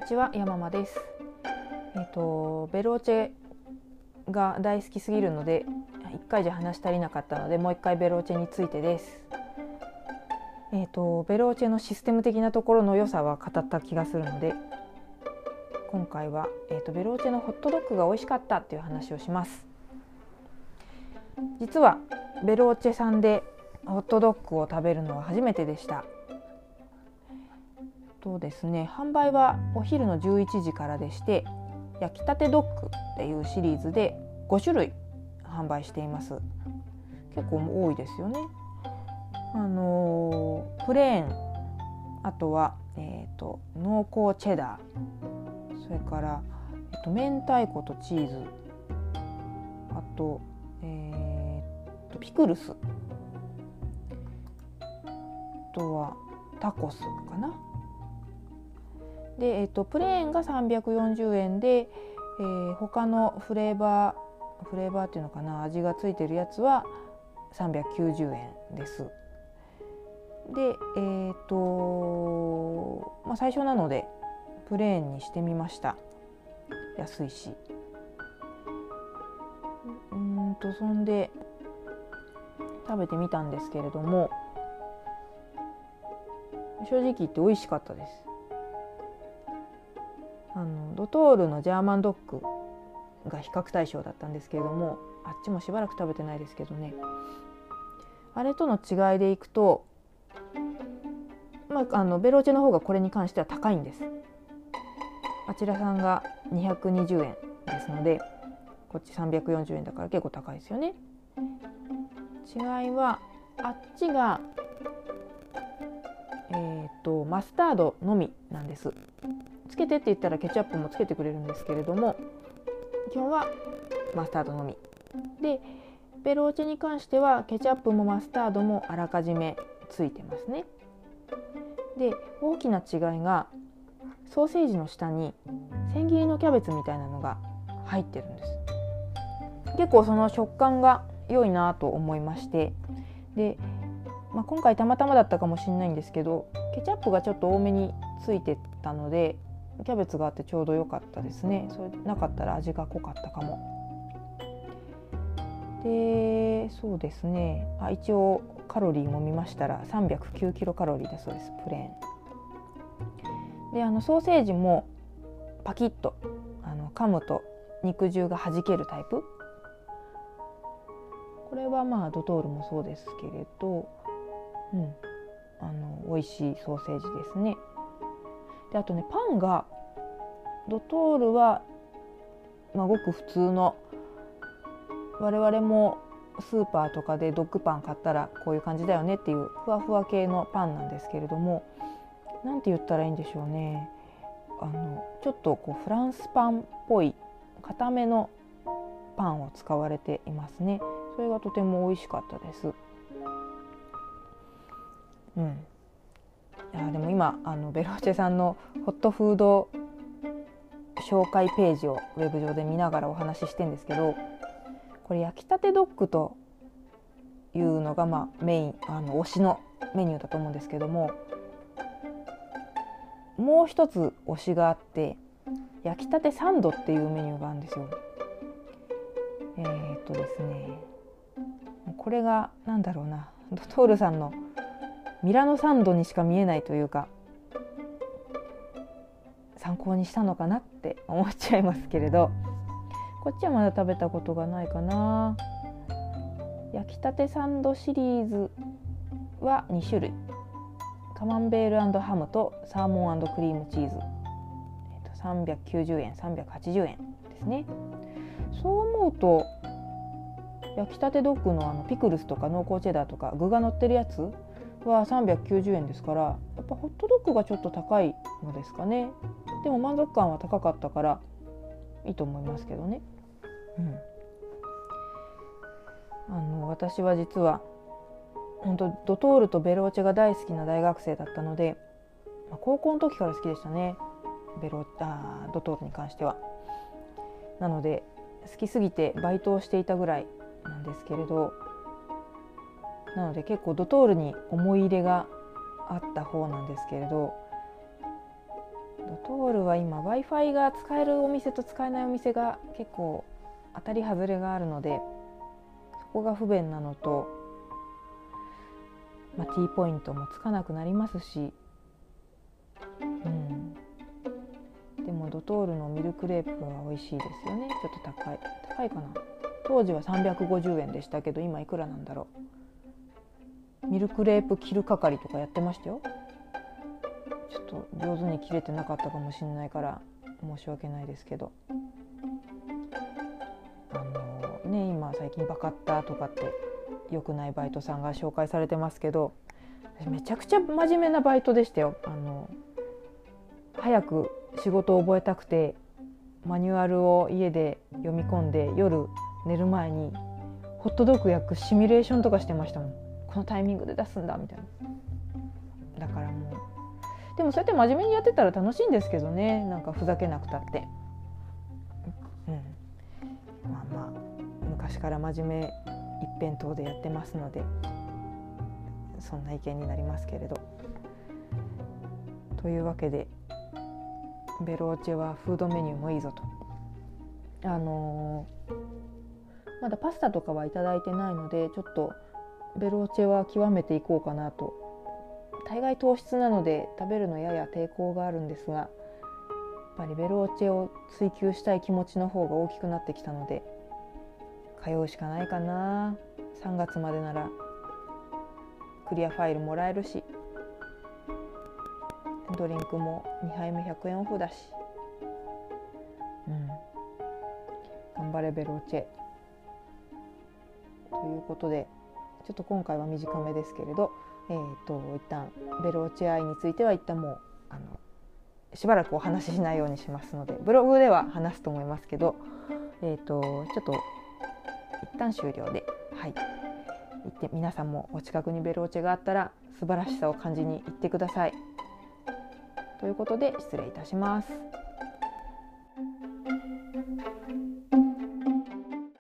にちは、山間です。ベローチェが大好きすぎるので1回じゃ話し足りなかったので、もう1回ベローチェについてです。ベローチェのシステム的なところの良さは語った気がするので、今回は、ベローチェのホットドッグが美味しかったっていう話をします。実はベローチェさんでホットドッグを食べるのは初めてでした。とですね、販売はお昼の11時からでして、焼きたてドッグっていうシリーズで5種類販売しています。結構多いですよね。プレーン、あとは、濃厚チェダー、それから、明太子とチーズ、あと、ピクルス、あとはタコスかな。で、プレーンが340円で、他のフレーバーっていうのかな、味がついてるやつは390円です。で、最初なのでプレーンにしてみました。安いし。そんで食べてみたんですけれども、正直言って美味しかったです。ドトールのジャーマンドッグが比較対象だったんですけれども、あっちもしばらく食べてないですけどね、あれとの違いでいくと、ベローチェの方がこれに関しては高いんです。あちらさんが220円ですので、こっち340円だから結構高いですよね。違いは、あっちがマスタードのみなんです。つけてって言ったらケチャップもつけてくれるんですけれども、基本はマスタードのみで、ベローチェに関してはケチャップもマスタードもあらかじめついてますね。で、大きな違いが、ソーセージの下に千切りのキャベツみたいなのが入ってるんです。結構その食感が良いなと思いまして、で、今回たまたまだったかもしれないんですけど、ケチャップがちょっと多めについてたので、キャベツがあってちょうど良かったですね。それなかったら味が濃かったかも。で、そうですね、一応カロリーも見ましたら309キロカロリーだそうです、プレーンで。ソーセージもパキッと噛むと肉汁がはじけるタイプ。これはドトールもそうですけれど、美味しいソーセージですね。で、あとね、パンがドトールは、ごく普通の、我々もスーパーとかでドッグパン買ったらこういう感じだよねっていうふわふわ系のパンなんですけれども、なんて言ったらいいんでしょうね、ちょっとフランスパンっぽい固めのパンを使われていますね。それがとても美味しかったです。でも今ベローチェさんのホットフード紹介ページをウェブ上で見ながらお話ししてるんですけど、これ焼きたてドッグというのがメイン、推しのメニューだと思うんですけども、もう一つ推しがあって、焼きたてサンドっていうメニューがあるんですよ。ですね、これがなんだろうな、ドトールさんのミラノサンドにしか見えないというか、参考にしたのかなって思っちゃいますけれど、こっちはまだ食べたことがないかな。焼きたてサンドシリーズは2種類、カマンベール&ハムとサーモン&クリームチーズ、390円380円ですね。そう思うと、焼きたてドッグのピクルスとか濃厚チェダーとか具が乗ってるやつは390円ですから、やっぱホットドッグがちょっと高いのですかね。でも満足感は高かったからいいと思いますけどね。私は実は本当ドトールとベローチェが大好きな大学生だったので、高校の時から好きでしたね、ドトールに関しては。なので好きすぎてバイトをしていたぐらいなんですけれど、なので結構ドトールに思い入れがあった方なんですけれど、 ドトールは今 Wi-Fi が使えるお店と使えないお店が結構当たり外れがあるので、そこが不便なのと、T ポイントもつかなくなりますし、でもドトールのミルクレープは美味しいですよね。ちょっと高いかな。当時は350円でしたけど、今いくらなんだろう。ミルクレープ切る係とかやってましたよ。ちょっと上手に切れてなかったかもしれないから申し訳ないですけど、今最近バカッターとかって良くないバイトさんが紹介されてますけど、めちゃくちゃ真面目なバイトでしたよ。早く仕事を覚えたくてマニュアルを家で読み込んで、夜寝る前にホットドッグ焼くシミュレーションとかしてましたもん。このタイミングで出すんだみたいな。だからもう、でもそうやって真面目にやってたら楽しいんですけどね。なんかふざけなくたって、昔から真面目一辺倒でやってますので、そんな意見になりますけれど。というわけで、ベローチェはフードメニューもいいぞと。まだパスタとかはいただいてないので、ちょっとベローチェは極めていこうかなと。大概糖質なので食べるのやや抵抗があるんですが、やっぱりベローチェを追求したい気持ちの方が大きくなってきたので、通うしかないかな。3月までならクリアファイルもらえるし、ドリンクも2杯目100円オフだし、頑張れベローチェということで、ちょっと今回は短めですけれど、一旦ベローチェ愛については一旦もうしばらくお話ししないようにしますので、ブログでは話すと思いますけど、ちょっと一旦終了で、行って、皆さんもお近くにベローチェがあったら素晴らしさを感じに行ってください。ということで失礼いたします。